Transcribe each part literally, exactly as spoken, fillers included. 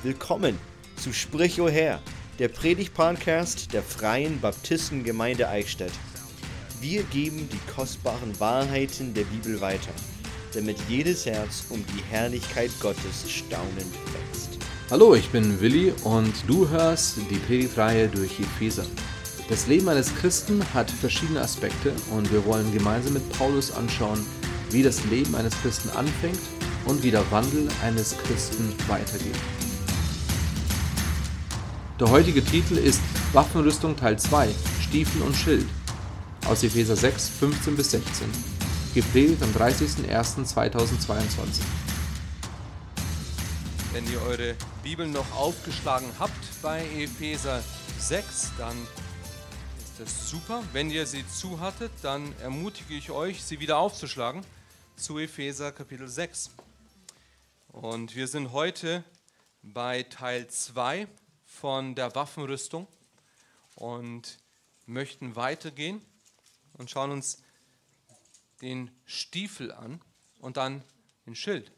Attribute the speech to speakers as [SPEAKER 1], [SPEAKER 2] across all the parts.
[SPEAKER 1] Willkommen zu Sprich o Herr, der Predigt-Podcast der Freien Baptistengemeinde Eichstätt. Wir geben die kostbaren Wahrheiten der Bibel weiter, damit jedes Herz um die Herrlichkeit Gottes staunend wächst.
[SPEAKER 2] Hallo, ich bin Willi und du hörst die Predigtreihe durch Epheser. Das Leben eines Christen hat verschiedene Aspekte und wir wollen gemeinsam mit Paulus anschauen, wie das Leben eines Christen anfängt und wie der Wandel eines Christen weitergeht. Der heutige Titel ist Waffenrüstung Teil zwei, Stiefel und Schild, aus Epheser sechs, fünfzehn bis sechzehn, gepredigt am dreißigsten ersten zweitausendzweiundzwanzig.
[SPEAKER 3] Wenn ihr eure Bibel noch aufgeschlagen habt bei Epheser sechs, dann ist das super. Wenn ihr sie zu hattet, dann ermutige ich euch, sie wieder aufzuschlagen zu Epheser Kapitel sechs. Und wir sind heute bei Teil zwei von der Waffenrüstung und möchten weitergehen und schauen uns den Stiefel an und dann den Schild.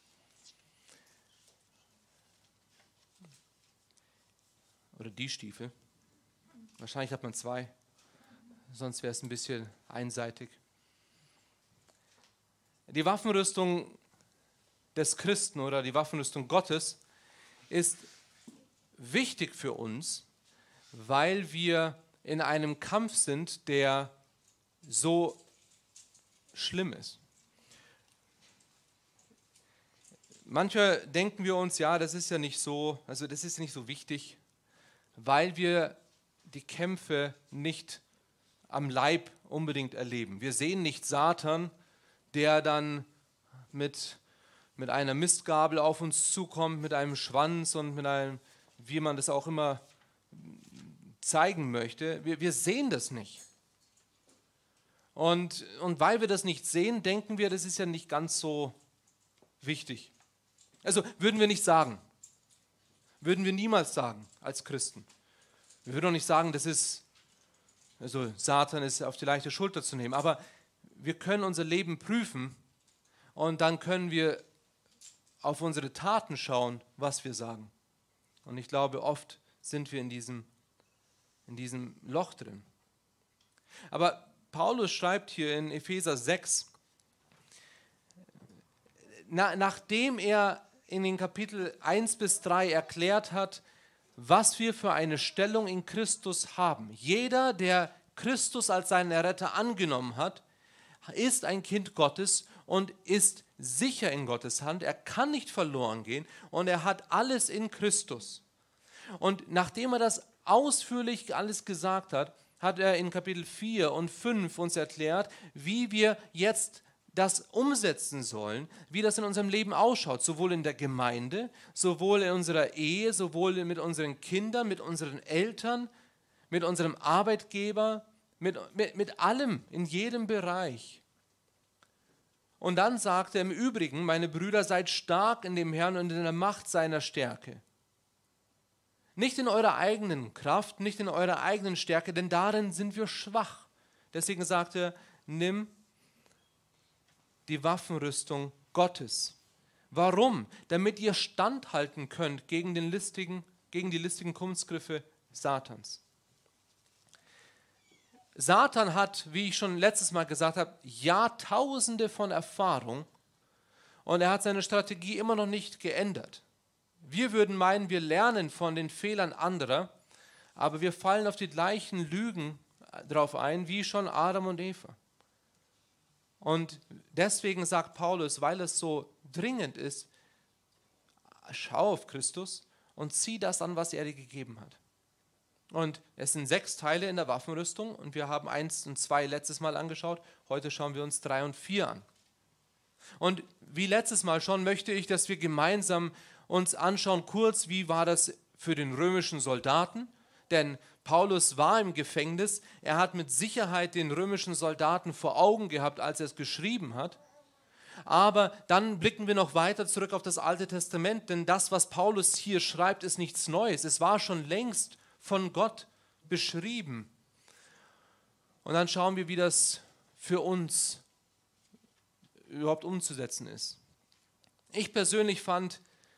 [SPEAKER 3] Oder die Stiefel. Wahrscheinlich hat man zwei, sonst wäre es ein bisschen einseitig. Die Waffenrüstung des Christen oder die Waffenrüstung Gottes ist wichtig für uns, weil wir in einem Kampf sind, der so schlimm ist. Manchmal denken wir uns, ja, das ist ja nicht so, also das ist nicht so wichtig, weil wir die Kämpfe nicht am Leib unbedingt erleben. Wir sehen nicht Satan, der dann mit, mit einer Mistgabel auf uns zukommt, mit einem Schwanz und mit einem, wie man das auch immer zeigen möchte. Wir, wir sehen das nicht. Und, und weil wir das nicht sehen, denken wir, das ist ja nicht ganz so wichtig. Also würden wir nicht sagen. Würden wir niemals sagen als Christen. Wir würden auch nicht sagen, das ist, also Satan ist auf die leichte Schulter zu nehmen. Aber wir können unser Leben prüfen und dann können wir auf unsere Taten schauen, was wir sagen. Und ich glaube, oft sind wir in diesem, in diesem Loch drin. Aber Paulus schreibt hier in Epheser sechs, na, nachdem er in den Kapitel eins bis drei erklärt hat, was wir für eine Stellung in Christus haben. Jeder, der Christus als seinen Erretter angenommen hat, ist ein Kind Gottes und ist sicher in Gottes Hand. Er kann nicht verloren gehen und er hat alles in Christus. Und nachdem er das ausführlich alles gesagt hat, hat er in Kapitel vier und fünf uns erklärt, wie wir jetzt das umsetzen sollen, wie das in unserem Leben ausschaut, sowohl in der Gemeinde, sowohl in unserer Ehe, sowohl mit unseren Kindern, mit unseren Eltern, mit unserem Arbeitgeber, mit, mit, mit allem, in jedem Bereich. Und dann sagt er im Übrigen, meine Brüder, seid stark in dem Herrn und in der Macht seiner Stärke. Nicht in eurer eigenen Kraft, nicht in eurer eigenen Stärke, denn darin sind wir schwach. Deswegen sagt er, nimm die Waffenrüstung Gottes. Warum? Damit ihr standhalten könnt gegen, den listigen, gegen die listigen Kunstgriffe Satans. Satan hat, wie ich schon letztes Mal gesagt habe, Jahrtausende von Erfahrung und er hat seine Strategie immer noch nicht geändert. Wir würden meinen, wir lernen von den Fehlern anderer, aber wir fallen auf die gleichen Lügen drauf ein, wie schon Adam und Eva. Und deswegen sagt Paulus, weil es so dringend ist, schau auf Christus und zieh das an, was er dir gegeben hat. Und es sind sechs Teile in der Waffenrüstung und wir haben eins und zwei letztes Mal angeschaut. Heute schauen wir uns drei und vier an. Und wie letztes Mal schon möchte ich, dass wir gemeinsam uns anschauen, kurz, wie war das für den römischen Soldaten? Denn Paulus war im Gefängnis, er hat mit Sicherheit den römischen Soldaten vor Augen gehabt, als er es geschrieben hat. Aber dann blicken wir noch weiter zurück auf das Alte Testament, denn das, was Paulus hier schreibt, ist nichts Neues. Es war schon längst von Gott beschrieben. Und dann schauen wir, wie das für uns überhaupt umzusetzen ist. Ich persönlich fand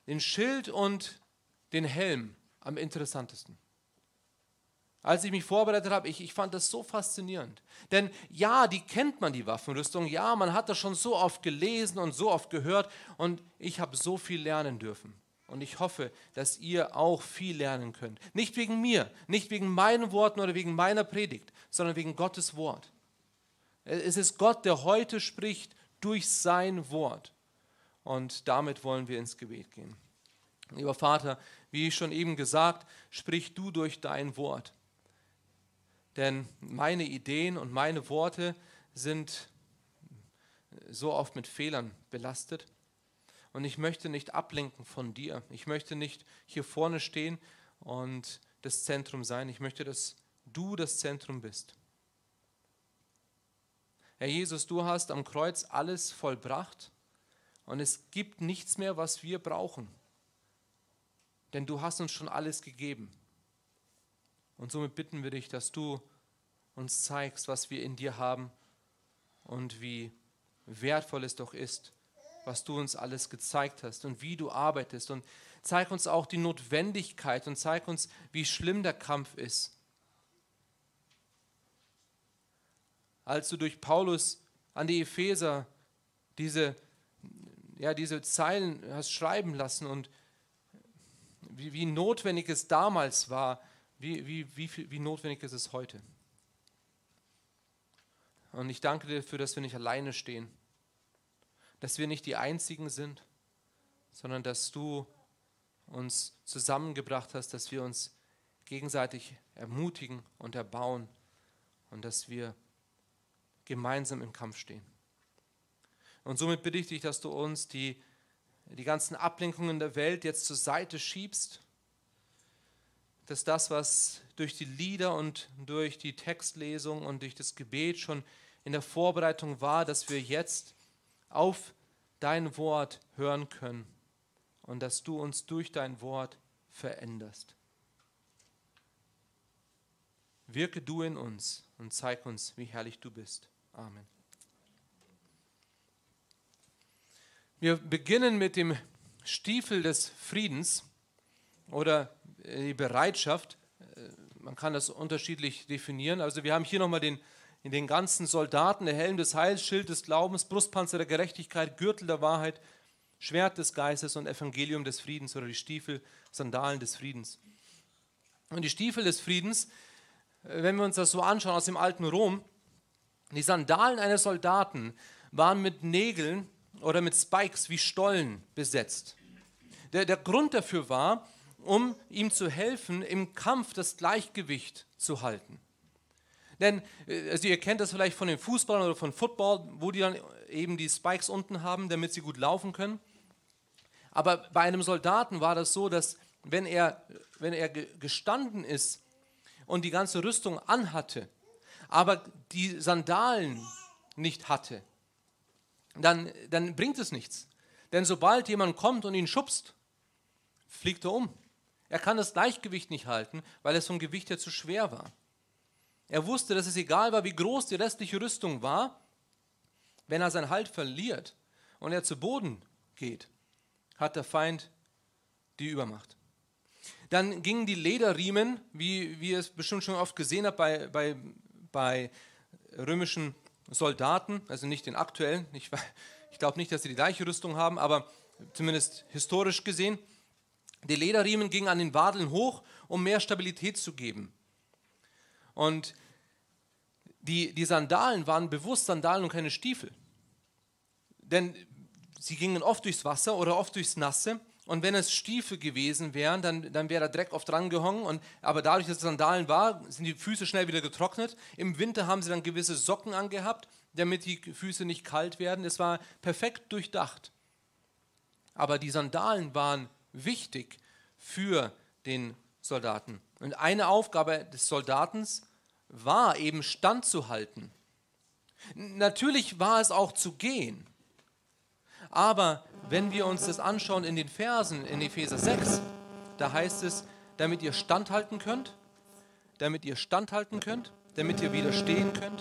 [SPEAKER 3] den Schild und den Helm am interessantesten. Als ich mich vorbereitet habe, ich, ich fand das so faszinierend. Denn ja, die kennt man, die Waffenrüstung. Ja, man hat das schon so oft gelesen und so oft gehört. Und ich habe so viel lernen dürfen. Und ich hoffe, dass ihr auch viel lernen könnt. Nicht wegen mir, nicht wegen meinen Worten oder wegen meiner Predigt, sondern wegen Gottes Wort. Es ist Gott, der heute spricht durch sein Wort. Und damit wollen wir ins Gebet gehen. Lieber Vater, wie schon eben gesagt, sprich du durch dein Wort. Denn meine Ideen und meine Worte sind so oft mit Fehlern belastet. Und ich möchte nicht ablenken von dir. Ich möchte nicht hier vorne stehen und das Zentrum sein. Ich möchte, dass du das Zentrum bist. Herr Jesus, du hast am Kreuz alles vollbracht und es gibt nichts mehr, was wir brauchen. Denn du hast uns schon alles gegeben. Und somit bitten wir dich, dass du uns zeigst, was wir in dir haben und wie wertvoll es doch ist, was du uns alles gezeigt hast und wie du arbeitest. Und zeig uns auch die Notwendigkeit und zeig uns, wie schlimm der Kampf ist. Als du durch Paulus an die Epheser diese, ja, diese Zeilen hast schreiben lassen und wie, wie notwendig es damals war, wie, wie, wie, wie notwendig ist es heute. Und ich danke dir dafür, dass wir nicht alleine stehen, dass wir nicht die Einzigen sind, sondern dass du uns zusammengebracht hast, dass wir uns gegenseitig ermutigen und erbauen und dass wir gemeinsam im Kampf stehen. Und somit bitte ich dich, dass du uns die, die ganzen Ablenkungen der Welt jetzt zur Seite schiebst, dass das, was durch die Lieder und durch die Textlesung und durch das Gebet schon in der Vorbereitung war, dass wir jetzt auf dein Wort hören können und dass du uns durch dein Wort veränderst. Wirke du in uns und zeig uns, wie herrlich du bist. Amen. Wir beginnen mit dem Stiefel des Friedens oder die Bereitschaft. Man kann das unterschiedlich definieren. Also wir haben hier nochmal den, den ganzen Soldaten, der Helm des Heils, Schild des Glaubens, Brustpanzer der Gerechtigkeit, Gürtel der Wahrheit, Schwert des Geistes und Evangelium des Friedens oder die Stiefel, Sandalen des Friedens. Und die Stiefel des Friedens, wenn wir uns das so anschauen aus dem alten Rom, die Sandalen eines Soldaten waren mit Nägeln oder mit Spikes wie Stollen besetzt. Der, der Grund dafür war, um ihm zu helfen, im Kampf das Gleichgewicht zu halten. Denn, also ihr kennt das vielleicht von den Fußballern oder von Football, wo die dann eben die Spikes unten haben, damit sie gut laufen können. Aber bei einem Soldaten war das so, dass wenn er, wenn er gestanden ist und die ganze Rüstung anhatte, aber die Sandalen nicht hatte, dann, dann bringt es nichts. Denn sobald jemand kommt und ihn schubst, fliegt er um. Er kann das Gleichgewicht nicht halten, weil es vom Gewicht her zu schwer war. Er wusste, dass es egal war, wie groß die restliche Rüstung war, wenn er seinen Halt verliert und er zu Boden geht, hat der Feind die Übermacht. Dann gingen die Lederriemen, wie, wie ihr es bestimmt schon oft gesehen habt bei, bei, bei römischen Soldaten, also nicht den aktuellen, ich, ich glaube nicht, dass sie die gleiche Rüstung haben, aber zumindest historisch gesehen, die Lederriemen gingen an den Wadeln hoch, um mehr Stabilität zu geben. Und die, die Sandalen waren bewusst Sandalen und keine Stiefel. Denn sie gingen oft durchs Wasser oder oft durchs Nasse. Und wenn es Stiefel gewesen wären, dann, dann wäre der Dreck oft dran gehangen. Und, aber dadurch, dass es Sandalen war, sind die Füße schnell wieder getrocknet. Im Winter haben sie dann gewisse Socken angehabt, damit die Füße nicht kalt werden. Es war perfekt durchdacht. Aber die Sandalen waren wichtig für den Soldaten. Und eine Aufgabe des Soldatens war eben standzuhalten. Natürlich war es auch zu gehen. Aber wenn wir uns das anschauen in den Versen in Epheser sechs, da heißt es, damit ihr standhalten könnt, damit ihr standhalten könnt, damit ihr widerstehen könnt.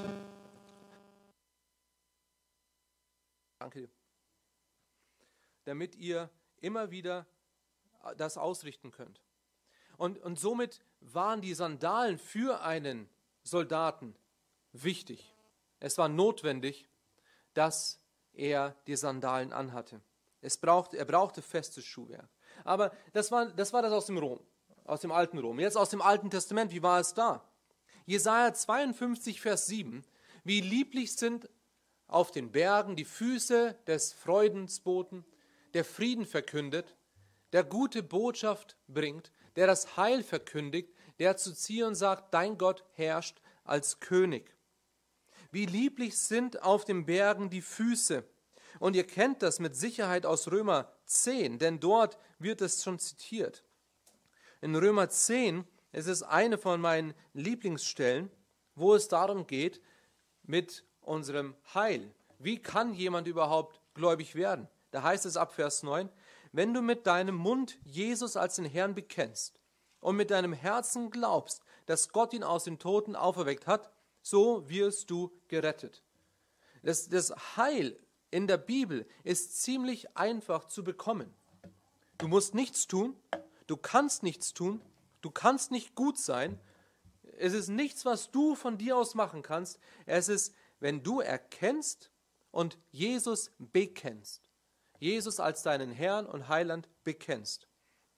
[SPEAKER 3] Danke dir. Damit ihr immer wieder das ausrichten könnt. Und, und somit waren die Sandalen für einen Soldaten wichtig. Es war notwendig, dass er die Sandalen anhatte. Es brauchte, er brauchte festes Schuhwerk. Aber das war, das war das aus dem Rom, aus dem alten Rom. Jetzt aus dem Alten Testament, wie war es da? Jesaja zweiundfünfzig, Vers sieben. Wie lieblich sind auf den Bergen die Füße des Freudensboten, der Frieden verkündet, der gute Botschaft bringt, der das Heil verkündigt, der zu Zion sagt, dein Gott herrscht als König. Wie lieblich sind auf den Bergen die Füße. Und ihr kennt das mit Sicherheit aus Römer zehn, denn dort wird es schon zitiert. In Römer zehn, es ist eine von meinen Lieblingsstellen, wo es darum geht, mit unserem Heil. Wie kann jemand überhaupt gläubig werden? Da heißt es ab Vers neun, wenn du mit deinem Mund Jesus als den Herrn bekennst und mit deinem Herzen glaubst, dass Gott ihn aus den Toten auferweckt hat, so wirst du gerettet. Das, das Heil in der Bibel ist ziemlich einfach zu bekommen. Du musst nichts tun, du kannst nichts tun, du kannst nicht gut sein. Es ist nichts, was du von dir aus machen kannst. Es ist, wenn du erkennst und Jesus bekennst. Jesus als deinen Herrn und Heiland bekennst.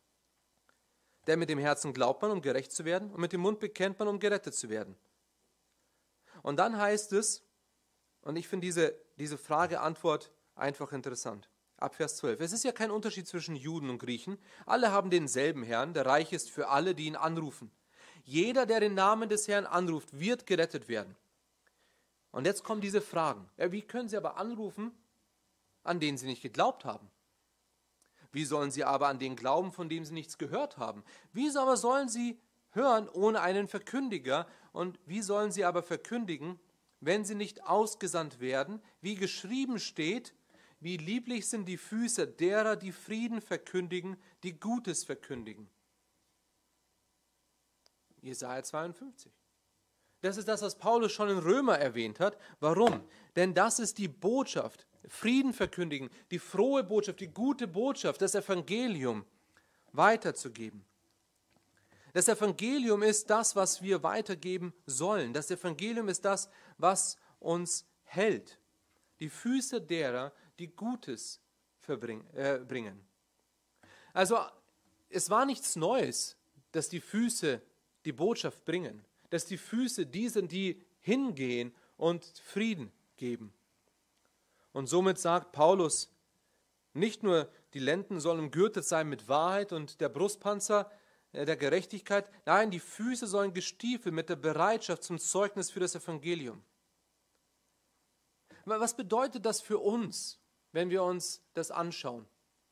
[SPEAKER 3] Denn mit dem Herzen glaubt man, um gerecht zu werden, und mit dem Mund bekennt man, um gerettet zu werden. Und dann heißt es, und ich finde diese, diese Frage-Antwort einfach interessant, ab Vers zwölf. Es ist ja kein Unterschied zwischen Juden und Griechen. Alle haben denselben Herrn, der reich ist für alle, die ihn anrufen. Jeder, der den Namen des Herrn anruft, wird gerettet werden. Und jetzt kommen diese Fragen. Ja, wie können sie aber anrufen, an denen sie nicht geglaubt haben? Wie sollen sie aber an den glauben, von dem sie nichts gehört haben? Wie aber sollen sie hören ohne einen Verkündiger? Und wie sollen sie aber verkündigen, wenn sie nicht ausgesandt werden? Wie geschrieben steht, wie lieblich sind die Füße derer, die Frieden verkündigen, die Gutes verkündigen. Jesaja zweiundfünfzig. Das ist das, was Paulus schon in Römer erwähnt hat. Warum? Denn das ist die Botschaft. Frieden verkündigen, die frohe Botschaft, die gute Botschaft, das Evangelium weiterzugeben. Das Evangelium ist das, was wir weitergeben sollen. Das Evangelium ist das, was uns hält. Die Füße derer, die Gutes verbringen, äh, bringen. Also es war nichts Neues, dass die Füße die Botschaft bringen, dass die Füße die sind, die hingehen und Frieden geben. Und somit sagt Paulus, nicht nur die Lenden sollen umgürtet sein mit Wahrheit und der Brustpanzer der Gerechtigkeit, nein, die Füße sollen gestiefelt mit der Bereitschaft zum Zeugnis für das Evangelium. Was bedeutet das für uns, wenn wir uns das anschauen?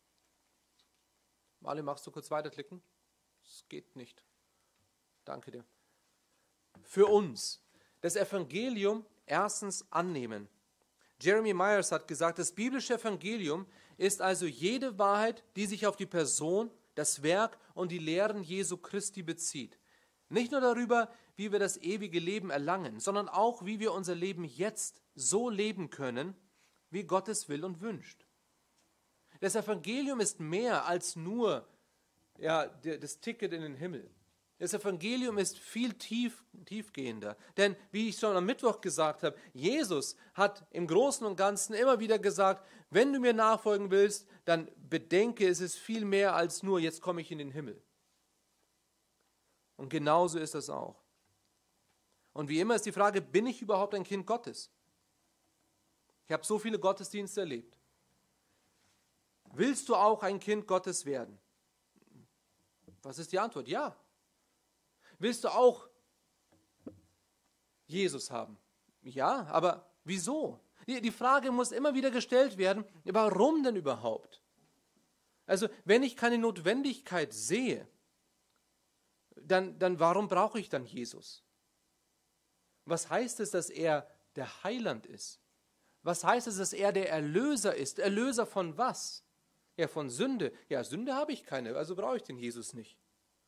[SPEAKER 3] Mali, magst du kurz weiterklicken? Es geht nicht. Danke dir. Für uns, das Evangelium erstens annehmen. Jeremy Myers hat gesagt, das biblische Evangelium ist also jede Wahrheit, die sich auf die Person, das Werk und die Lehren Jesu Christi bezieht. Nicht nur darüber, wie wir das ewige Leben erlangen, sondern auch, wie wir unser Leben jetzt so leben können, wie Gott es will und wünscht. Das Evangelium ist mehr als nur ja, das Ticket in den Himmel. Das Evangelium ist viel tief, tiefgehender. Denn, wie ich schon am Mittwoch gesagt habe, Jesus hat im Großen und Ganzen immer wieder gesagt, wenn du mir nachfolgen willst, dann bedenke, es ist viel mehr als nur, jetzt komme ich in den Himmel. Und genauso ist das auch. Und wie immer ist die Frage, bin ich überhaupt ein Kind Gottes? Ich habe so viele Gottesdienste erlebt. Willst du auch ein Kind Gottes werden? Was ist die Antwort? Ja. Willst du auch Jesus haben? Ja, aber wieso? Die Frage muss immer wieder gestellt werden, warum denn überhaupt? Also, wenn ich keine Notwendigkeit sehe, dann, dann warum brauche ich dann Jesus? Was heißt es, dass er der Heiland ist? Was heißt es, dass er der Erlöser ist? Erlöser von was? Ja, von Sünde. Ja, Sünde habe ich keine, also brauche ich den Jesus nicht.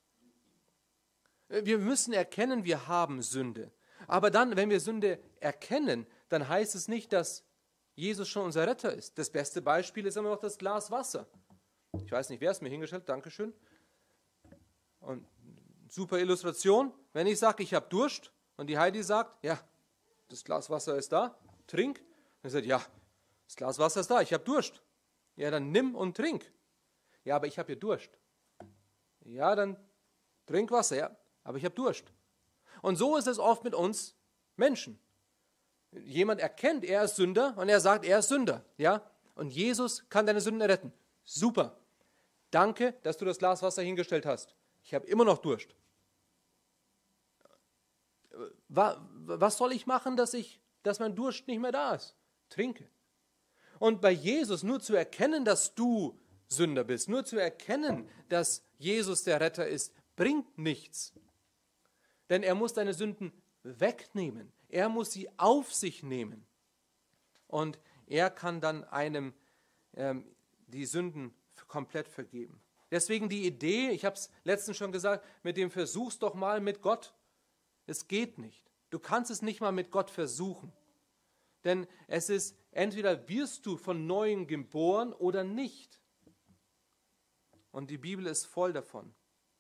[SPEAKER 3] Wir müssen erkennen, wir haben Sünde. Aber dann, wenn wir Sünde erkennen, dann heißt es nicht, dass Jesus schon unser Retter ist. Das beste Beispiel ist immer noch das Glas Wasser. Ich weiß nicht, wer es mir hingestellt hat. Dankeschön. Und super Illustration. Wenn ich sage, ich habe Durst und die Heidi sagt, ja, das Glas Wasser ist da, trink. Dann sagt, ja, das Glas Wasser ist da, ich habe Durst. Ja, dann nimm und trink. Ja, aber ich habe hier Durst. Ja, dann trink Wasser, ja, aber ich habe Durst. Und so ist es oft mit uns Menschen. Jemand erkennt, er ist Sünder und er sagt, er ist Sünder. Ja? Und Jesus kann deine Sünden retten. Super. Danke, dass du das Glas Wasser hingestellt hast. Ich habe immer noch Durst. Was soll ich machen, dass, ich, dass mein Durst nicht mehr da ist? Trinke. Und bei Jesus nur zu erkennen, dass du Sünder bist, nur zu erkennen, dass Jesus der Retter ist, bringt nichts. Denn er muss deine Sünden wegnehmen. Er muss sie auf sich nehmen. Und er kann dann einem ähm, die Sünden komplett vergeben. Deswegen die Idee, ich habe es letztens schon gesagt, mit dem versuch's doch mal mit Gott. Es geht nicht. Du kannst es nicht mal mit Gott versuchen. Denn es ist, entweder wirst du von Neuem geboren oder nicht. Und die Bibel ist voll davon.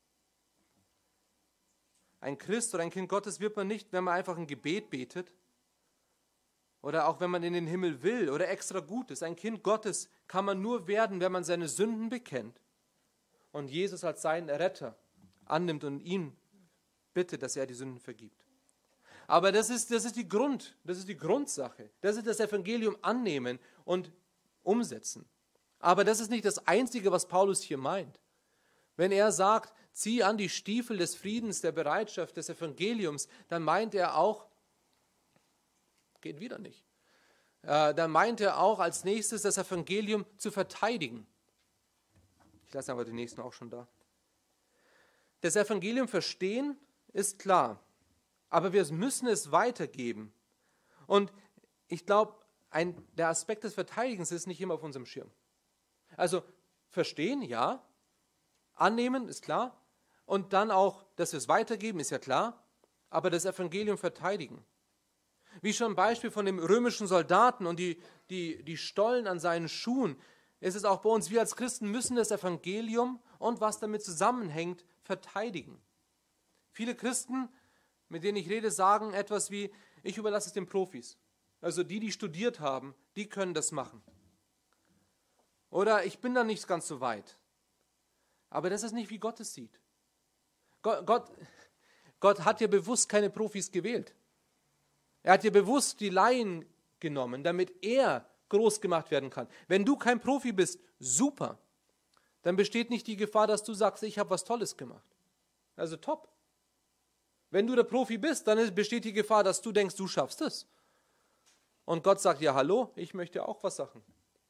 [SPEAKER 3] Ein Christ oder ein Kind Gottes wird man nicht, wenn man einfach ein Gebet betet oder auch wenn man in den Himmel will oder extra gut ist. Ein Kind Gottes kann man nur werden, wenn man seine Sünden bekennt und Jesus als seinen Retter annimmt und ihn bittet, dass er die Sünden vergibt. Aber das ist, das ist die Grund, das ist die Grundsache. Das ist das Evangelium annehmen und umsetzen. Aber das ist nicht das Einzige, was Paulus hier meint. Wenn er sagt, zieh an die Stiefel des Friedens, der Bereitschaft, des Evangeliums, dann meint er auch, geht wieder nicht, äh, dann meint er auch als nächstes das Evangelium zu verteidigen. Ich lasse aber die nächsten auch schon da. Das Evangelium verstehen ist klar, aber wir müssen es weitergeben. Und ich glaube, der Aspekt des Verteidigens ist nicht immer auf unserem Schirm. Also verstehen, ja. Annehmen, ist klar. Und dann auch, dass wir es weitergeben, ist ja klar. Aber das Evangelium verteidigen. Wie schon ein Beispiel von dem römischen Soldaten und die, die, die Stollen an seinen Schuhen, ist es auch bei uns, wir als Christen müssen das Evangelium und was damit zusammenhängt, verteidigen. Viele Christen, mit denen ich rede, sagen etwas wie, ich überlasse es den Profis. Also die, die studiert haben, die können das machen. Oder ich bin da nicht ganz so weit. Aber das ist nicht, wie Gott es sieht. Gott, Gott, Gott hat ja bewusst keine Profis gewählt. Er hat ja bewusst die Laien genommen, damit er groß gemacht werden kann. Wenn du kein Profi bist, super. Dann besteht nicht die Gefahr, dass du sagst, ich habe was Tolles gemacht. Also top. Wenn du der Profi bist, dann besteht die Gefahr, dass du denkst, du schaffst es. Und Gott sagt, ja hallo, ich möchte auch was sagen.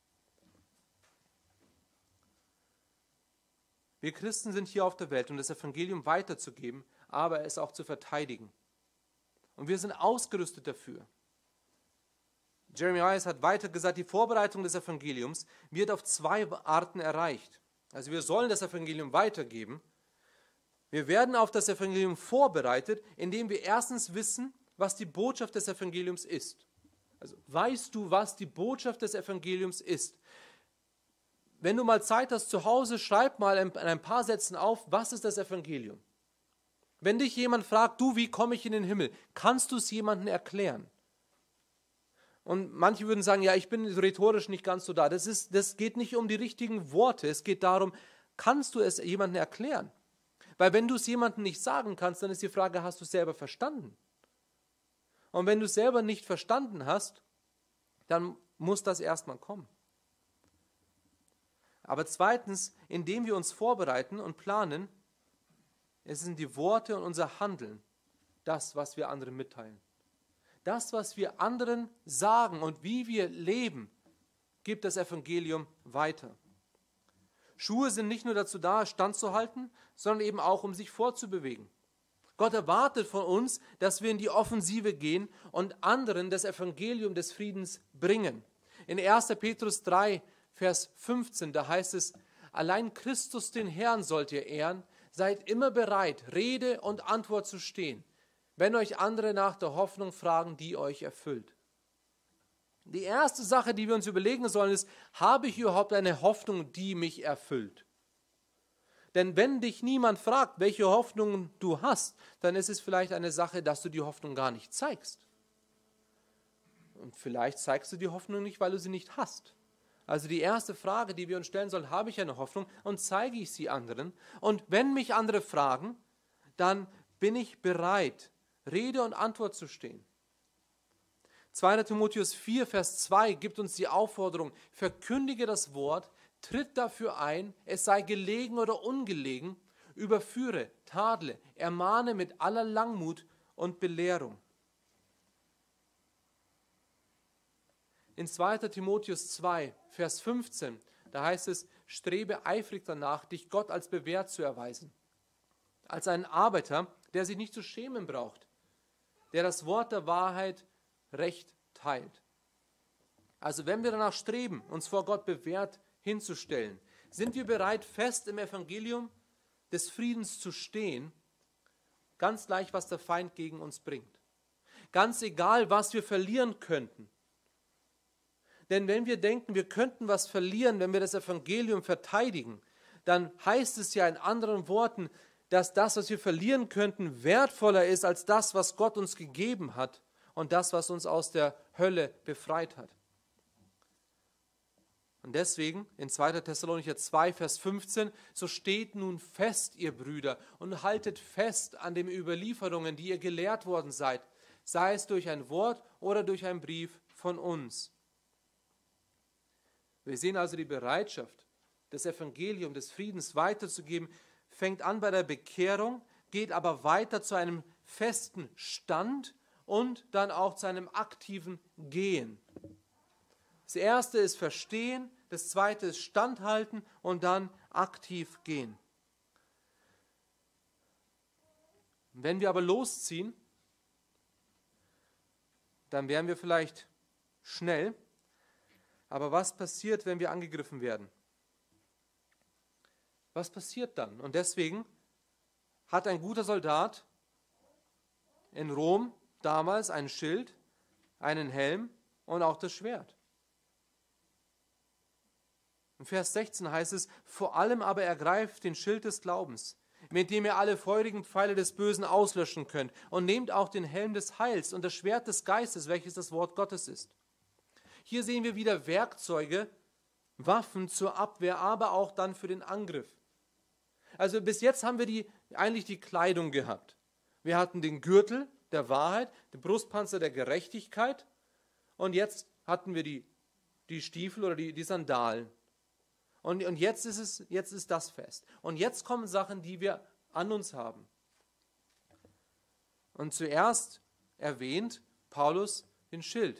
[SPEAKER 3] Wir Christen sind hier auf der Welt, um das Evangelium weiterzugeben, aber es auch zu verteidigen. Und wir sind ausgerüstet dafür. Jeremias hat weiter gesagt, die Vorbereitung des Evangeliums wird auf zwei Arten erreicht. Also wir sollen das Evangelium weitergeben. Wir werden auf das Evangelium vorbereitet, indem wir erstens wissen, was die Botschaft des Evangeliums ist. Also weißt du, was die Botschaft des Evangeliums ist? Wenn du mal Zeit hast zu Hause, schreib mal in ein paar Sätzen auf, was ist das Evangelium? Wenn dich jemand fragt, du, wie komme ich in den Himmel? Kannst du es jemandem erklären? Und manche würden sagen, ja, ich bin rhetorisch nicht ganz so da. Das ist, das geht nicht um die richtigen Worte. Es geht darum, kannst du es jemandem erklären? Weil wenn du es jemandem nicht sagen kannst, dann ist die Frage, hast du es selber verstanden? Und wenn du es selber nicht verstanden hast, dann muss das erstmal kommen. Aber zweitens, indem wir uns vorbereiten und planen, es sind die Worte und unser Handeln, das, was wir anderen mitteilen. Das, was wir anderen sagen und wie wir leben, gibt das Evangelium weiter. Schuhe sind nicht nur dazu da, standzuhalten, sondern eben auch, um sich fortzubewegen. Gott erwartet von uns, dass wir in die Offensive gehen und anderen das Evangelium des Friedens bringen. In erster Petrus drei, Vers fünfzehn, da heißt es, allein Christus den Herrn sollt ihr ehren, seid immer bereit, Rede und Antwort zu stehen, wenn euch andere nach der Hoffnung fragen, die euch erfüllt. Die erste Sache, die wir uns überlegen sollen, ist, habe ich überhaupt eine Hoffnung, die mich erfüllt? Denn wenn dich niemand fragt, welche Hoffnungen du hast, dann ist es vielleicht eine Sache, dass du die Hoffnung gar nicht zeigst. Und vielleicht zeigst du die Hoffnung nicht, weil du sie nicht hast. Also die erste Frage, die wir uns stellen sollen, habe ich eine Hoffnung und zeige ich sie anderen? Und wenn mich andere fragen, dann bin ich bereit, Rede und Antwort zu stehen. zweiter Timotheus vier, Vers zwei gibt uns die Aufforderung, verkündige das Wort, tritt dafür ein, es sei gelegen oder ungelegen, überführe, tadle, ermahne mit aller Langmut und Belehrung. In zweiter Timotheus zwei, Vers fünfzehn, da heißt es, strebe eifrig danach, dich Gott als bewährt zu erweisen. Als einen Arbeiter, der sich nicht zu schämen braucht, der das Wort der Wahrheit recht teilt. Also wenn wir danach streben, uns vor Gott bewährt hinzustellen, sind wir bereit, fest im Evangelium des Friedens zu stehen, ganz gleich, was der Feind gegen uns bringt. Ganz egal, was wir verlieren könnten. Denn wenn wir denken, wir könnten was verlieren, wenn wir das Evangelium verteidigen, dann heißt es ja in anderen Worten, dass das, was wir verlieren könnten, wertvoller ist als das, was Gott uns gegeben hat und das, was uns aus der Hölle befreit hat. Und deswegen in zweiter Thessalonicher zwei, Vers fünfzehn, so steht nun fest, ihr Brüder, und haltet fest an den Überlieferungen, die ihr gelehrt worden seid, sei es durch ein Wort oder durch einen Brief von uns. Wir sehen also die Bereitschaft, das Evangelium des Friedens weiterzugeben, fängt an bei der Bekehrung, geht aber weiter zu einem festen Stand und dann auch zu einem aktiven Gehen. Das erste ist Verstehen, das zweite ist Standhalten und dann aktiv gehen. Wenn wir aber losziehen, dann wären wir vielleicht schnell. Aber was passiert, wenn wir angegriffen werden? Was passiert dann? Und deswegen hat ein guter Soldat in Rom damals ein Schild, einen Helm und auch das Schwert. In Vers sechzehn heißt es, vor allem aber ergreift den Schild des Glaubens, mit dem ihr alle feurigen Pfeile des Bösen auslöschen könnt, und nehmt auch den Helm des Heils und das Schwert des Geistes, welches das Wort Gottes ist. Hier sehen wir wieder Werkzeuge, Waffen zur Abwehr, aber auch dann für den Angriff. Also bis jetzt haben wir die, eigentlich die Kleidung gehabt. Wir hatten den Gürtel der Wahrheit, den Brustpanzer der Gerechtigkeit und jetzt hatten wir die, die Stiefel oder die, die Sandalen. Und, und jetzt, ist es, jetzt ist das fest. Und jetzt kommen Sachen, die wir an uns haben. Und zuerst erwähnt Paulus den Schild.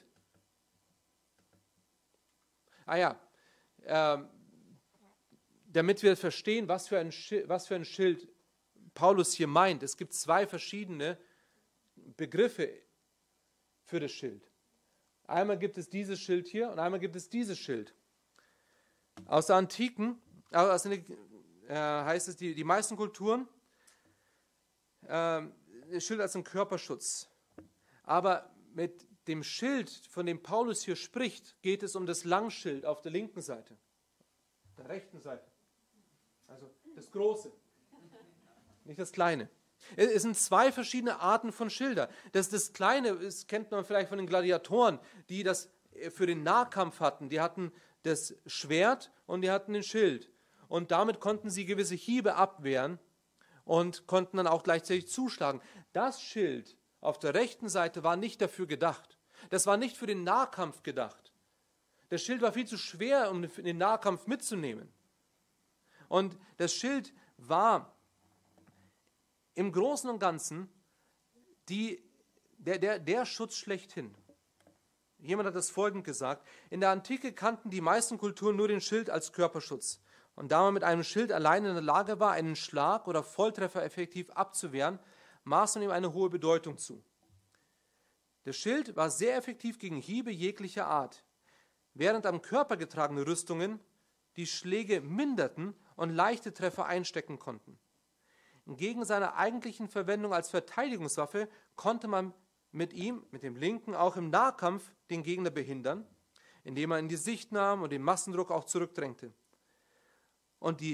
[SPEAKER 3] Ah ja, äh, damit wir verstehen, was für, ein Schild, was für ein Schild Paulus hier meint. Es gibt zwei verschiedene Begriffe für das Schild. Einmal gibt es dieses Schild hier und einmal gibt es dieses Schild. Aus der Antiken, aus der, äh, heißt es, die, die meisten Kulturen, äh, das Schild als ein Körperschutz. Aber mit dem Schild, von dem Paulus hier spricht, geht es um das Langschild auf der linken Seite, der rechten Seite. Also das Große, nicht das Kleine. Es sind zwei verschiedene Arten von Schilder. Das, das Kleine, das kennt man vielleicht von den Gladiatoren, die das für den Nahkampf hatten. Die hatten das Schwert und die hatten den Schild. Und damit konnten sie gewisse Hiebe abwehren und konnten dann auch gleichzeitig zuschlagen. Das Schild auf der rechten Seite war nicht dafür gedacht. Das war nicht für den Nahkampf gedacht. Das Schild war viel zu schwer, um den Nahkampf mitzunehmen. Und das Schild war im Großen und Ganzen die, der, der, der Schutz schlechthin. Jemand hat das folgend gesagt: In der Antike kannten die meisten Kulturen nur den Schild als Körperschutz. Und da man mit einem Schild allein in der Lage war, einen Schlag oder Volltreffer effektiv abzuwehren, maß man ihm eine hohe Bedeutung zu. Das Schild war sehr effektiv gegen Hiebe jeglicher Art, während am Körper getragene Rüstungen die Schläge minderten und leichte Treffer einstecken konnten. Gegen seiner eigentlichen Verwendung als Verteidigungswaffe konnte man mit ihm, mit dem Linken, auch im Nahkampf den Gegner behindern, indem er in die Sicht nahm und den Massendruck auch zurückdrängte. Und die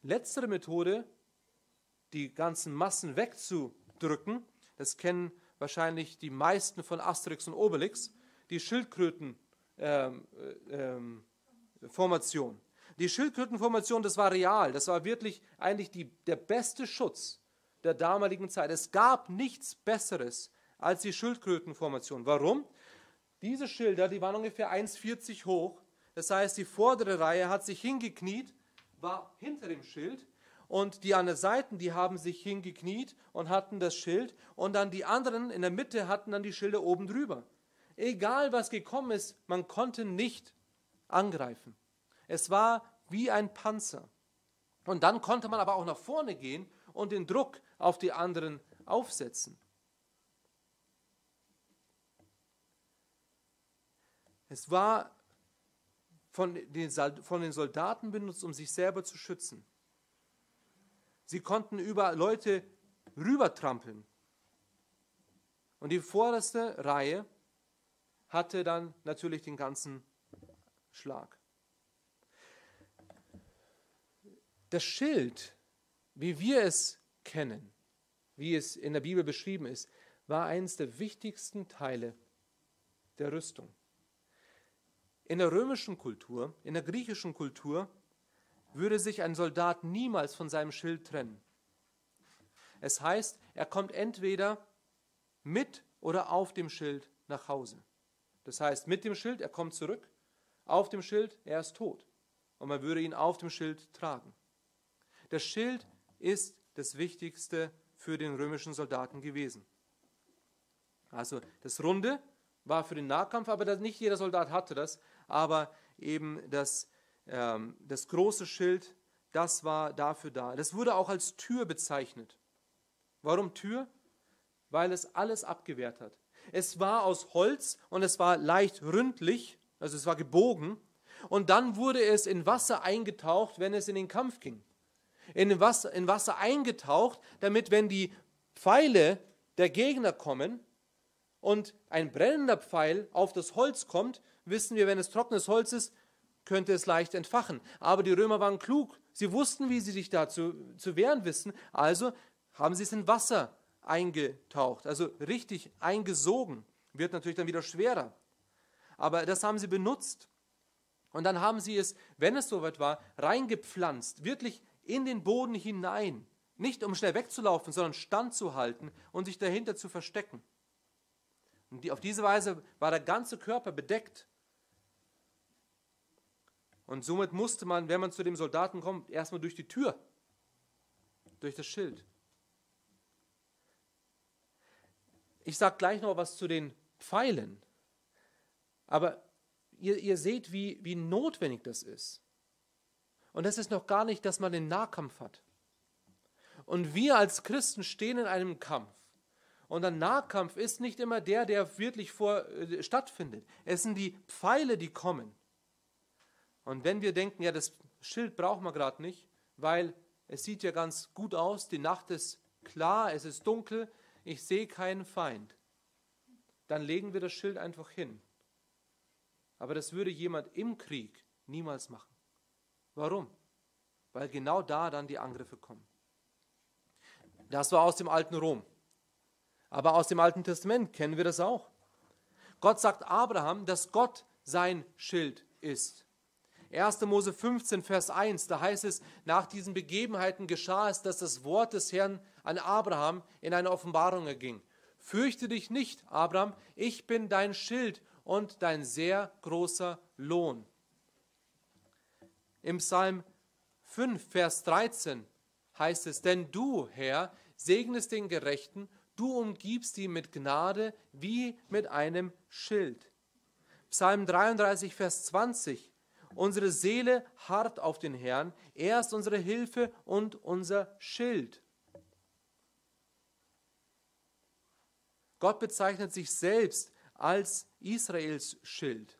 [SPEAKER 3] letztere Methode, die ganzen Massen wegzudrücken, das kennen wahrscheinlich die meisten von Asterix und Obelix, die Schildkrötenformation. Ähm, ähm, Formation. Die Schildkrötenformation, das war real, das war wirklich eigentlich die, der beste Schutz der damaligen Zeit. Es gab nichts Besseres als die Schildkrötenformation. Warum? Diese Schilder, die waren ungefähr eins Komma vierzig hoch, das heißt, die vordere Reihe hat sich hingekniet, war hinter dem Schild, und die an den Seiten, die haben sich hingekniet und hatten das Schild, und dann die anderen in der Mitte hatten dann die Schilder oben drüber. Egal was gekommen ist, man konnte nicht angreifen. Es war wie ein Panzer. Und dann konnte man aber auch nach vorne gehen und den Druck auf die anderen aufsetzen. Es war von den, von den Soldaten benutzt, um sich selber zu schützen. Sie konnten über Leute rübertrampeln. Und die vorderste Reihe hatte dann natürlich den ganzen Schlag. Das Schild, wie wir es kennen, wie es in der Bibel beschrieben ist, war eines der wichtigsten Teile der Rüstung. In der römischen Kultur, in der griechischen Kultur, würde sich ein Soldat niemals von seinem Schild trennen. Es heißt, er kommt entweder mit oder auf dem Schild nach Hause. Das heißt, mit dem Schild, er kommt zurück, auf dem Schild, er ist tot. Und man würde ihn auf dem Schild tragen. Das Schild ist das Wichtigste für den römischen Soldaten gewesen. Also das Runde war für den Nahkampf, aber das, nicht jeder Soldat hatte das, aber eben das, ähm, das große Schild, das war dafür da. Das wurde auch als Tür bezeichnet. Warum Tür? Weil es alles abgewehrt hat. Es war aus Holz und es war leicht ründlich, also es war gebogen, und dann wurde es in Wasser eingetaucht, wenn es in den Kampf ging. In Wasser, in Wasser eingetaucht, damit, wenn die Pfeile der Gegner kommen und ein brennender Pfeil auf das Holz kommt, wissen wir, wenn es trockenes Holz ist, könnte es leicht entfachen. Aber die Römer waren klug. Sie wussten, wie sie sich dazu zu wehren wissen. Also haben sie es in Wasser eingetaucht, also richtig eingesogen. Wird natürlich dann wieder schwerer. Aber das haben sie benutzt. Und dann haben sie es, wenn es soweit war, reingepflanzt, wirklich in den Boden hinein. Nicht um schnell wegzulaufen, sondern standzuhalten und sich dahinter zu verstecken. Und die, auf diese Weise war der ganze Körper bedeckt. Und somit musste man, wenn man zu dem Soldaten kommt, erstmal durch die Tür, durch das Schild. Ich sage gleich noch was zu den Pfeilen. Aber ihr, ihr seht, wie, wie notwendig das ist. Und das ist noch gar nicht, dass man den Nahkampf hat. Und wir als Christen stehen in einem Kampf. Und ein Nahkampf ist nicht immer der, der wirklich vor, äh, stattfindet. Es sind die Pfeile, die kommen. Und wenn wir denken, ja, das Schild brauchen wir gerade nicht, weil es sieht ja ganz gut aus, die Nacht ist klar, es ist dunkel, ich sehe keinen Feind, dann legen wir das Schild einfach hin. Aber das würde jemand im Krieg niemals machen. Warum? Weil genau da dann die Angriffe kommen. Das war aus dem alten Rom. Aber aus dem Alten Testament kennen wir das auch. Gott sagt Abraham, dass Gott sein Schild ist. erster Mose fünfzehn, Vers eins, da heißt es, nach diesen Begebenheiten geschah es, dass das Wort des Herrn an Abraham in eine Offenbarung erging. Fürchte dich nicht, Abraham, ich bin dein Schild und dein sehr großer Lohn. Im Psalm fünf, Vers dreizehn heißt es, denn du, Herr, segnest den Gerechten, du umgibst ihn mit Gnade wie mit einem Schild. Psalm dreiunddreißig, Vers zwanzig, unsere Seele harrt auf den Herrn, er ist unsere Hilfe und unser Schild. Gott bezeichnet sich selbst als Israels Schild.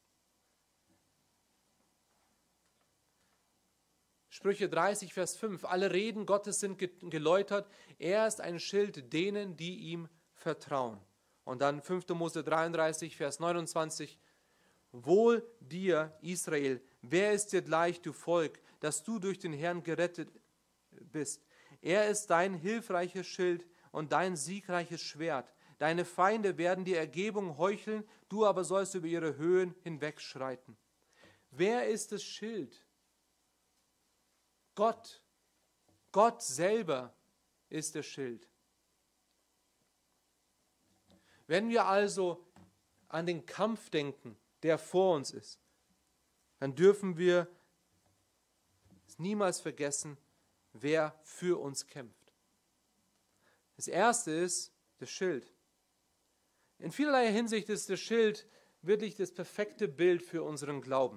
[SPEAKER 3] Sprüche dreißig, Vers fünf, alle Reden Gottes sind geläutert, er ist ein Schild denen, die ihm vertrauen. Und dann fünfter Mose dreiunddreißig, Vers neunundzwanzig, Wohl dir, Israel, wer ist dir gleich, du Volk, dass du durch den Herrn gerettet bist? Er ist dein hilfreiches Schild und dein siegreiches Schwert. Deine Feinde werden dir Ergebung heucheln, du aber sollst über ihre Höhen hinwegschreiten. Wer ist das Schild? Gott. Gott selber ist das Schild. Wenn wir also an den Kampf denken, der vor uns ist, dann dürfen wir niemals vergessen, wer für uns kämpft. Das erste ist das Schild. In vielerlei Hinsicht ist das Schild wirklich das perfekte Bild für unseren Glauben.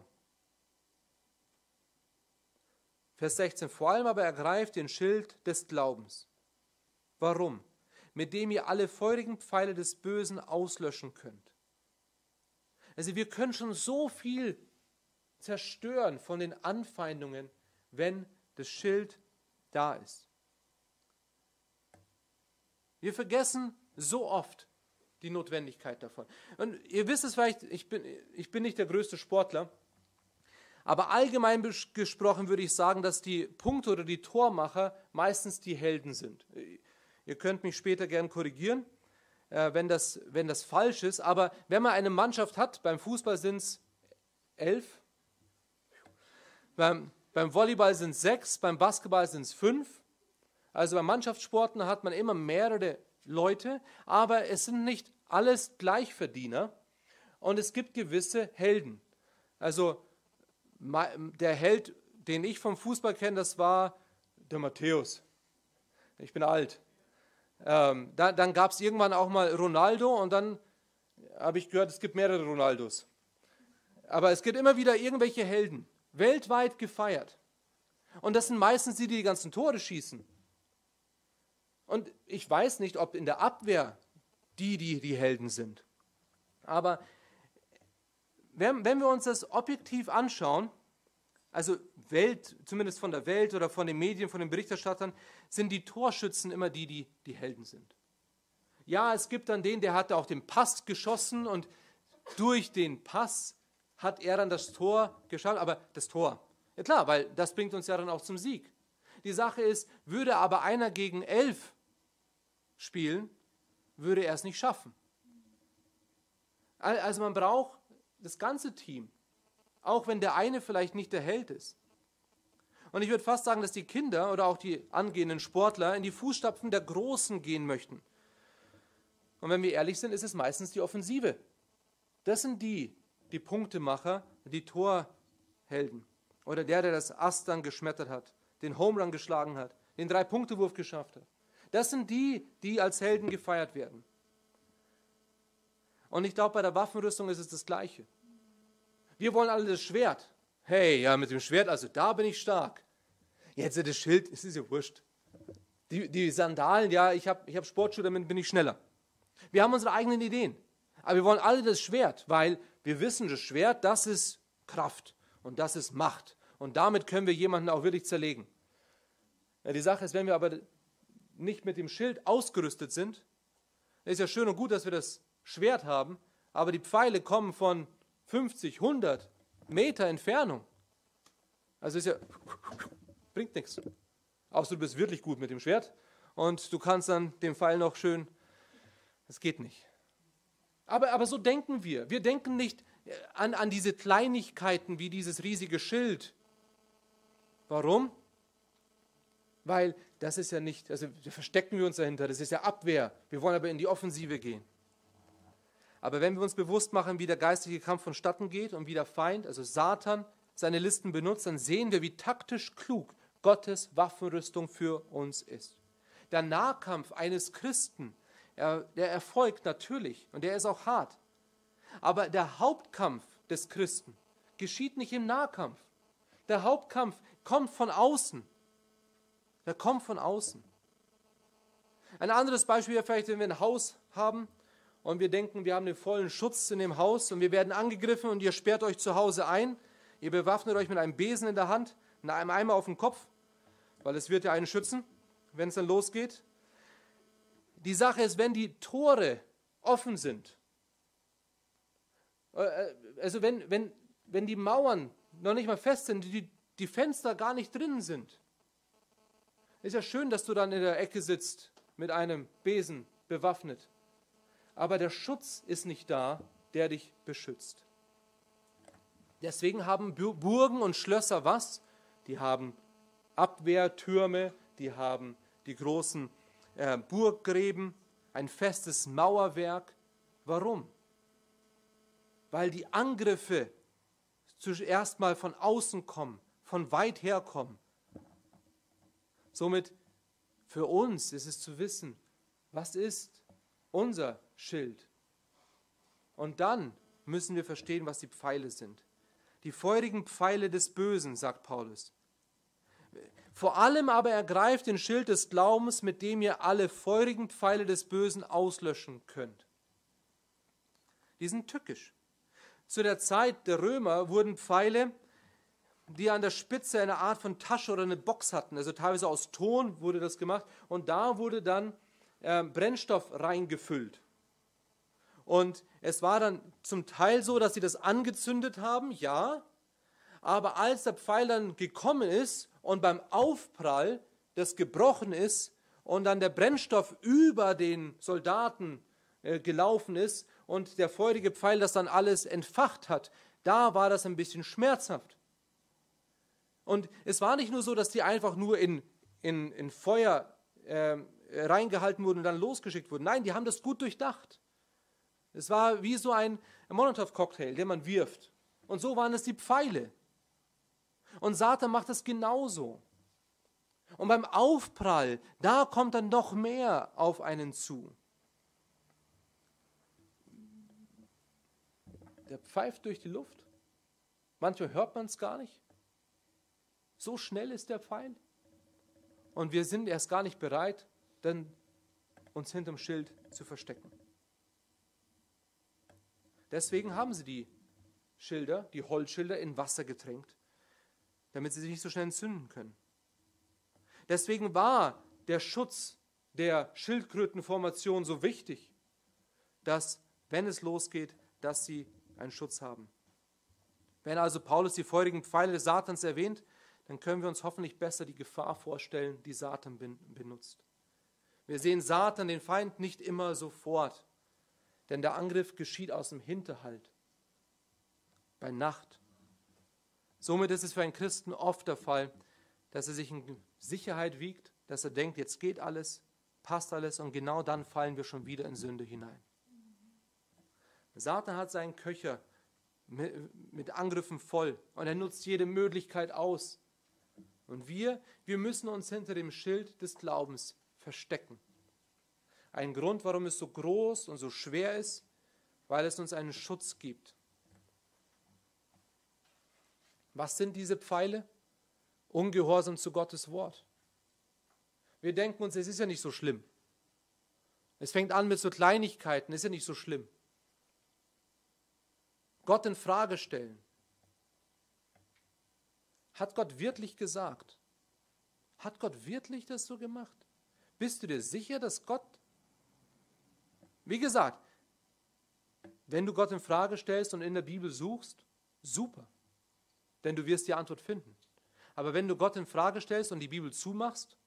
[SPEAKER 3] Vers sechzehn, vor allem aber ergreift den Schild des Glaubens. Warum? Mit dem ihr alle feurigen Pfeile des Bösen auslöschen könnt. Also wir können schon so viel zerstören von den Anfeindungen, wenn das Schild da ist. Wir vergessen so oft die Notwendigkeit davon. Und ihr wisst es vielleicht, ich bin, ich bin nicht der größte Sportler, aber allgemein gesprochen würde ich sagen, dass die Punkte oder die Tormacher meistens die Helden sind. Ihr könnt mich später gern korrigieren, wenn das, wenn das falsch ist, aber wenn man eine Mannschaft hat, beim Fußball sind es elf, beim, beim Volleyball sind es sechs, beim Basketball sind es fünf, also bei Mannschaftssporten hat man immer mehrere Leute, aber es sind nicht alles Gleichverdiener und es gibt gewisse Helden. Also der Held, den ich vom Fußball kenne, das war der Matthäus. Ich bin alt. Ähm, da, dann gab es irgendwann auch mal Ronaldo und dann habe ich gehört, es gibt mehrere Ronaldos. Aber es gibt immer wieder irgendwelche Helden, weltweit gefeiert. Und das sind meistens die, die die ganzen Tore schießen. Und ich weiß nicht, ob in der Abwehr die, die die Helden sind. Aber wenn, wenn wir uns das objektiv anschauen, also Welt, zumindest von der Welt oder von den Medien, von den Berichterstattern, sind die Torschützen immer die, die die Helden sind. Ja, es gibt dann den, der hat auch den Pass geschossen und durch den Pass hat er dann das Tor geschaut, aber das Tor, ja klar, weil das bringt uns ja dann auch zum Sieg. Die Sache ist, würde aber einer gegen elf spielen, würde er es nicht schaffen. Also man braucht das ganze Team, auch wenn der eine vielleicht nicht der Held ist. Und ich würde fast sagen, dass die Kinder oder auch die angehenden Sportler in die Fußstapfen der Großen gehen möchten. Und wenn wir ehrlich sind, ist es meistens die Offensive. Das sind die, die Punktemacher, die Torhelden. Oder der, der das Ast dann geschmettert hat, den Home Run geschlagen hat, den Drei-Punkte-Wurf geschafft hat. Das sind die, die als Helden gefeiert werden. Und ich glaube, bei der Waffenrüstung ist es das Gleiche. Wir wollen alle das Schwert. Hey, ja, mit dem Schwert, also da bin ich stark. Jetzt das Schild, es ist ja wurscht. Die, die Sandalen, ja, ich habe ich hab Sportschuhe, damit bin ich schneller. Wir haben unsere eigenen Ideen. Aber wir wollen alle das Schwert, weil wir wissen, das Schwert, das ist Kraft und das ist Macht. Und damit können wir jemanden auch wirklich zerlegen. Ja, die Sache ist, wenn wir aber nicht mit dem Schild ausgerüstet sind, ist ja schön und gut, dass wir das Schwert haben, aber die Pfeile kommen von fünfzig, hundert Meter Entfernung. Also ist ja, bringt nichts. Außer du bist wirklich gut mit dem Schwert und du kannst dann den Pfeil noch schön, das geht nicht. Aber, aber so denken wir. Wir denken nicht an, an diese Kleinigkeiten wie dieses riesige Schild. Warum? Weil das ist ja nicht, also da verstecken wir uns dahinter, das ist ja Abwehr. Wir wollen aber in die Offensive gehen. Aber wenn wir uns bewusst machen, wie der geistliche Kampf vonstatten geht und wie der Feind, also Satan, seine Listen benutzt, dann sehen wir, wie taktisch klug Gottes Waffenrüstung für uns ist. Der Nahkampf eines Christen, er, der erfolgt natürlich und der ist auch hart. Aber der Hauptkampf des Christen geschieht nicht im Nahkampf. Der Hauptkampf kommt von außen. Der kommt von außen. Ein anderes Beispiel wäre vielleicht, wenn wir ein Haus haben und wir denken, wir haben den vollen Schutz in dem Haus und wir werden angegriffen und ihr sperrt euch zu Hause ein. Ihr bewaffnet euch mit einem Besen in der Hand, mit einem Eimer auf dem Kopf, weil es wird ja einen schützen, wenn es dann losgeht. Die Sache ist, wenn die Tore offen sind Also wenn, wenn, wenn die Mauern noch nicht mal fest sind, die, die Fenster gar nicht drinnen sind. Ist ja schön, dass du dann in der Ecke sitzt mit einem Besen bewaffnet. Aber der Schutz ist nicht da, der dich beschützt. Deswegen haben Burgen und Schlösser was? Die haben Abwehrtürme, die haben die großen äh, Burggräben, ein festes Mauerwerk. Warum? Weil die Angriffe zuerst mal von außen kommen, von weit her kommen. Somit für uns ist es zu wissen, was ist unser Schild? Und dann müssen wir verstehen, was die Pfeile sind. Die feurigen Pfeile des Bösen, sagt Paulus. Vor allem aber ergreift den Schild des Glaubens, mit dem ihr alle feurigen Pfeile des Bösen auslöschen könnt. Die sind tückisch. Zu der Zeit der Römer wurden Pfeile, die an der Spitze eine Art von Tasche oder eine Box hatten, also teilweise aus Ton wurde das gemacht, und da wurde dann äh, Brennstoff reingefüllt. Und es war dann zum Teil so, dass sie das angezündet haben, ja, aber als der Pfeil dann gekommen ist und beim Aufprall das gebrochen ist und dann der Brennstoff über den Soldaten äh, gelaufen ist und der feurige Pfeil das dann alles entfacht hat, da war das ein bisschen schmerzhaft. Und es war nicht nur so, dass die einfach nur in, in, in Feuer äh, reingehalten wurden und dann losgeschickt wurden. Nein, die haben das gut durchdacht. Es war wie so ein Molotow-Cocktail, den man wirft. Und so waren es die Pfeile. Und Satan macht das genauso. Und beim Aufprall, da kommt dann noch mehr auf einen zu. Der pfeift durch die Luft. Manchmal hört man es gar nicht. So schnell ist der Pfeil. Und wir sind erst gar nicht bereit, dann uns hinterm Schild zu verstecken. Deswegen haben sie die Schilder, die Holzschilder, in Wasser getränkt, damit sie sich nicht so schnell entzünden können. Deswegen war der Schutz der Schildkrötenformation so wichtig, dass, wenn es losgeht, dass sie einen Schutz haben. Wenn also Paulus die feurigen Pfeile des Satans erwähnt, dann können wir uns hoffentlich besser die Gefahr vorstellen, die Satan benutzt. Wir sehen Satan, den Feind, nicht immer sofort, denn der Angriff geschieht aus dem Hinterhalt, bei Nacht. Somit ist es für einen Christen oft der Fall, dass er sich in Sicherheit wiegt, dass er denkt, jetzt geht alles, passt alles, und genau dann fallen wir schon wieder in Sünde hinein. Satan hat seinen Köcher mit Angriffen voll und er nutzt jede Möglichkeit aus. Und wir, wir müssen uns hinter dem Schild des Glaubens verstecken. Ein Grund, warum es so groß und so schwer ist, weil es uns einen Schutz gibt. Was sind diese Pfeile? Ungehorsam zu Gottes Wort. Wir denken uns, es ist ja nicht so schlimm. Es fängt an mit so Kleinigkeiten, ist ja nicht so schlimm. Gott in Frage stellen. Hat Gott wirklich gesagt? Hat Gott wirklich das so gemacht? Bist du dir sicher, dass Gott... Wie gesagt, wenn du Gott in Frage stellst und in der Bibel suchst, super, denn du wirst die Antwort finden. Aber wenn du Gott in Frage stellst und die Bibel zumachst,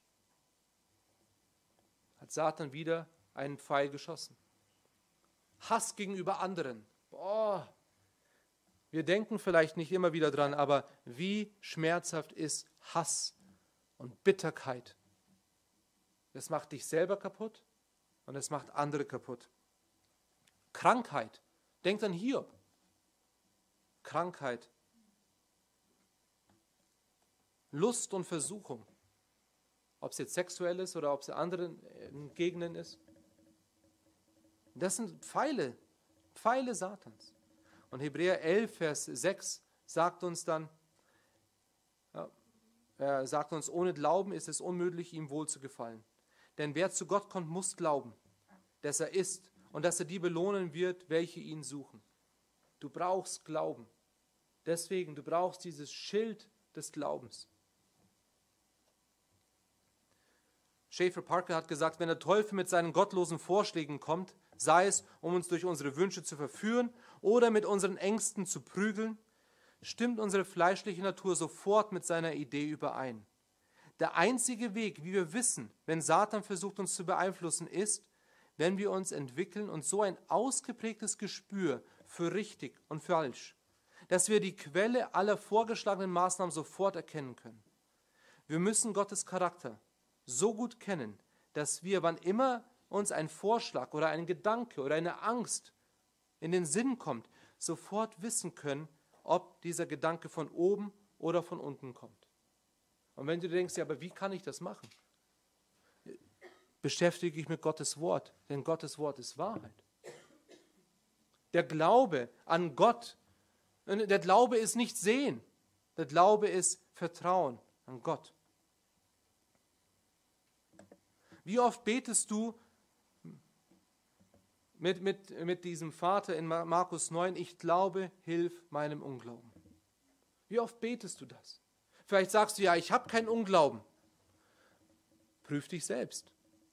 [SPEAKER 3] hat Satan wieder einen Pfeil geschossen. Hass gegenüber anderen. Boah, wir denken vielleicht nicht immer wieder dran, aber wie schmerzhaft ist Hass und Bitterkeit. Das macht dich selber kaputt und es macht andere kaputt. Krankheit. Denkt an Hiob. Krankheit. Lust und Versuchung. Ob es jetzt sexuell ist oder ob es in anderen Gegenden ist. Das sind Pfeile, Pfeile Satans. Und Hebräer elf, Vers sechs sagt uns dann, ja, er sagt uns, ohne Glauben ist es unmöglich, ihm wohl zu gefallen. Denn wer zu Gott kommt, muss glauben, dass er ist und dass er die belohnen wird, welche ihn suchen. Du brauchst Glauben. Deswegen, du brauchst dieses Schild des Glaubens. Schaefer Parker hat gesagt, wenn der Teufel mit seinen gottlosen Vorschlägen kommt, sei es, um uns durch unsere Wünsche zu verführen oder mit unseren Ängsten zu prügeln, stimmt unsere fleischliche Natur sofort mit seiner Idee überein. Der einzige Weg, wie wir wissen, wenn Satan versucht, uns zu beeinflussen, ist, wenn wir uns entwickeln und so ein ausgeprägtes Gespür für richtig und falsch, dass wir die Quelle aller vorgeschlagenen Maßnahmen sofort erkennen können. Wir müssen Gottes Charakter so gut kennen, dass wir, wann immer uns ein Vorschlag oder ein Gedanke oder eine Angst in den Sinn kommt, sofort wissen können, ob dieser Gedanke von oben oder von unten kommt. Und wenn du denkst, ja, aber wie kann ich das machen? Beschäftige dich mit Gottes Wort, denn Gottes Wort ist Wahrheit. Der Glaube an Gott, der Glaube ist nicht sehen, der Glaube ist Vertrauen an Gott. Wie oft betest du mit, mit, mit diesem Vater in Markus neun, ich glaube, hilf meinem Unglauben? Wie oft betest du das? Vielleicht sagst du, ja, ich habe keinen Unglauben. Prüf dich selbst.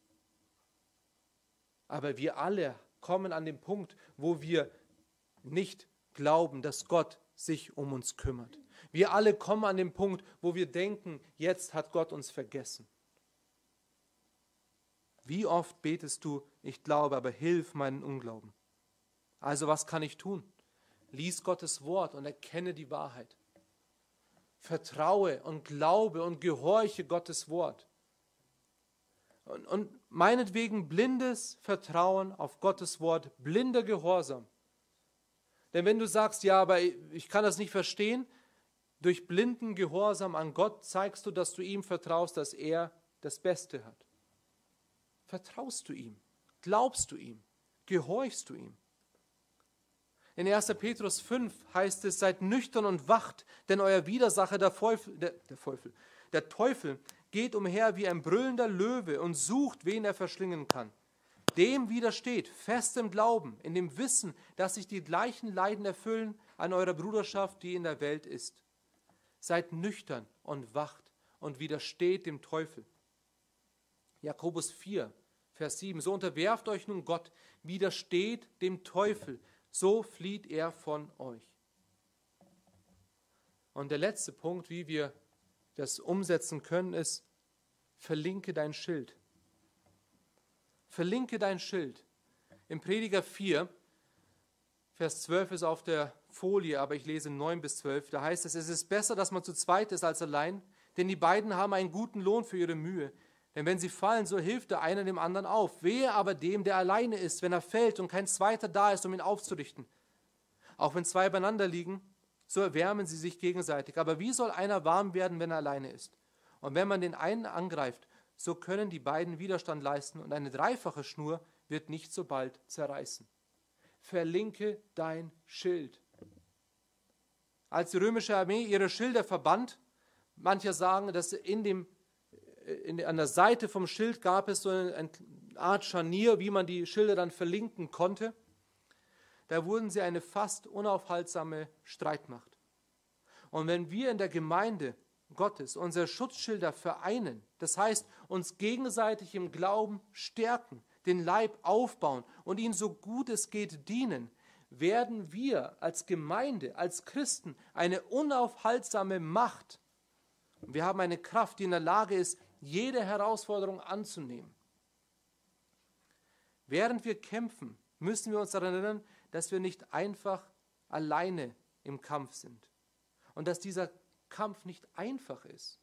[SPEAKER 3] Aber wir alle kommen an den Punkt, wo wir nicht glauben, dass Gott sich um uns kümmert. Wir alle kommen an den Punkt, wo wir denken, jetzt hat Gott uns vergessen. Wie oft betest du, ich glaube, aber hilf meinen Unglauben? Also was kann ich tun? Lies Gottes Wort und erkenne die Wahrheit. Vertraue und glaube und gehorche Gottes Wort. Und, und meinetwegen blindes Vertrauen auf Gottes Wort, blinder Gehorsam. Denn wenn du sagst, ja, aber ich kann das nicht verstehen, durch blinden Gehorsam an Gott zeigst du, dass du ihm vertraust, dass er das Beste hat. Vertraust du ihm? Glaubst du ihm? Gehorchst du ihm? In erster Petrus fünf heißt es, seid nüchtern und wacht, denn euer Widersacher, der Teufel, der, der, Teufel, der Teufel, geht umher wie ein brüllender Löwe und sucht, wen er verschlingen kann. Dem widersteht, fest im Glauben, in dem Wissen, dass sich die gleichen Leiden erfüllen an eurer Bruderschaft, die in der Welt ist. Seid nüchtern und wacht und widersteht dem Teufel. Jakobus vier, Vers sieben, so unterwerft euch nun Gott, widersteht dem Teufel, so flieht er von euch. Und der letzte Punkt, wie wir das umsetzen können, ist, verlinke dein Schild. Verlinke dein Schild. Im Prediger vier, Vers zwölf ist auf der Folie, aber ich lese neun bis zwölf, da heißt es, es ist besser, dass man zu zweit ist als allein, denn die beiden haben einen guten Lohn für ihre Mühe. Denn wenn sie fallen, so hilft der eine dem anderen auf. Wehe aber dem, der alleine ist, wenn er fällt und kein zweiter da ist, um ihn aufzurichten. Auch wenn zwei beieinander liegen, so erwärmen sie sich gegenseitig. Aber wie soll einer warm werden, wenn er alleine ist? Und wenn man den einen angreift, so können die beiden Widerstand leisten und eine dreifache Schnur wird nicht so bald zerreißen. Verlinke dein Schild. Als die römische Armee ihre Schilder verband, manche sagen, dass in dem In, an der Seite vom Schild gab es so eine, eine Art Scharnier, wie man die Schilder dann verlinken konnte. Da wurden sie eine fast unaufhaltsame Streitmacht. Und wenn wir in der Gemeinde Gottes unsere Schutzschilder vereinen, das heißt uns gegenseitig im Glauben stärken, den Leib aufbauen und ihn so gut es geht dienen, werden wir als Gemeinde, als Christen eine unaufhaltsame Macht. Wir haben eine Kraft, die in der Lage ist, jede Herausforderung anzunehmen. Während wir kämpfen, müssen wir uns daran erinnern, dass wir nicht einfach alleine im Kampf sind und dass dieser Kampf nicht einfach ist.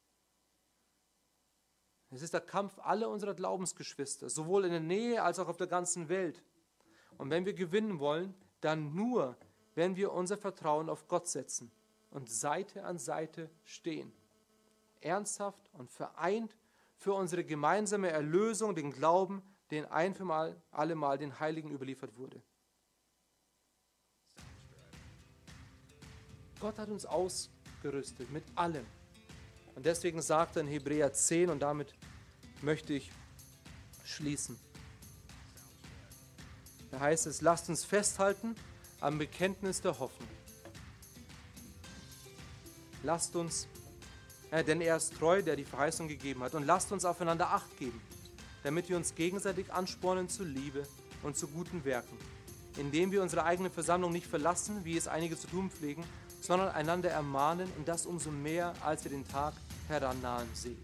[SPEAKER 3] Es ist der Kampf aller unserer Glaubensgeschwister, sowohl in der Nähe als auch auf der ganzen Welt. Und wenn wir gewinnen wollen, dann nur, wenn wir unser Vertrauen auf Gott setzen und Seite an Seite stehen. Ernsthaft und vereint für unsere gemeinsame Erlösung, den Glauben, den ein für mal, allemal den Heiligen überliefert wurde. Gott hat uns ausgerüstet mit allem. Und deswegen sagt er in Hebräer zehn, und damit möchte ich schließen. Da heißt es, lasst uns festhalten am Bekenntnis der Hoffnung. Lasst uns Ja, denn er ist treu, der die Verheißung gegeben hat. Und lasst uns aufeinander Acht geben, damit wir uns gegenseitig anspornen zur Liebe und zu guten Werken, indem wir unsere eigene Versammlung nicht verlassen, wie es einige zu tun pflegen, sondern einander ermahnen und das umso mehr, als ihr den Tag herannahen seht.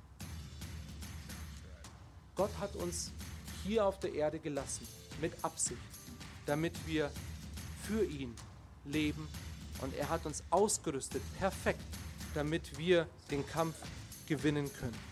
[SPEAKER 3] Gott hat uns hier auf der Erde gelassen, mit Absicht, damit wir für ihn leben, und er hat uns ausgerüstet, perfekt, damit wir den Kampf gewinnen können.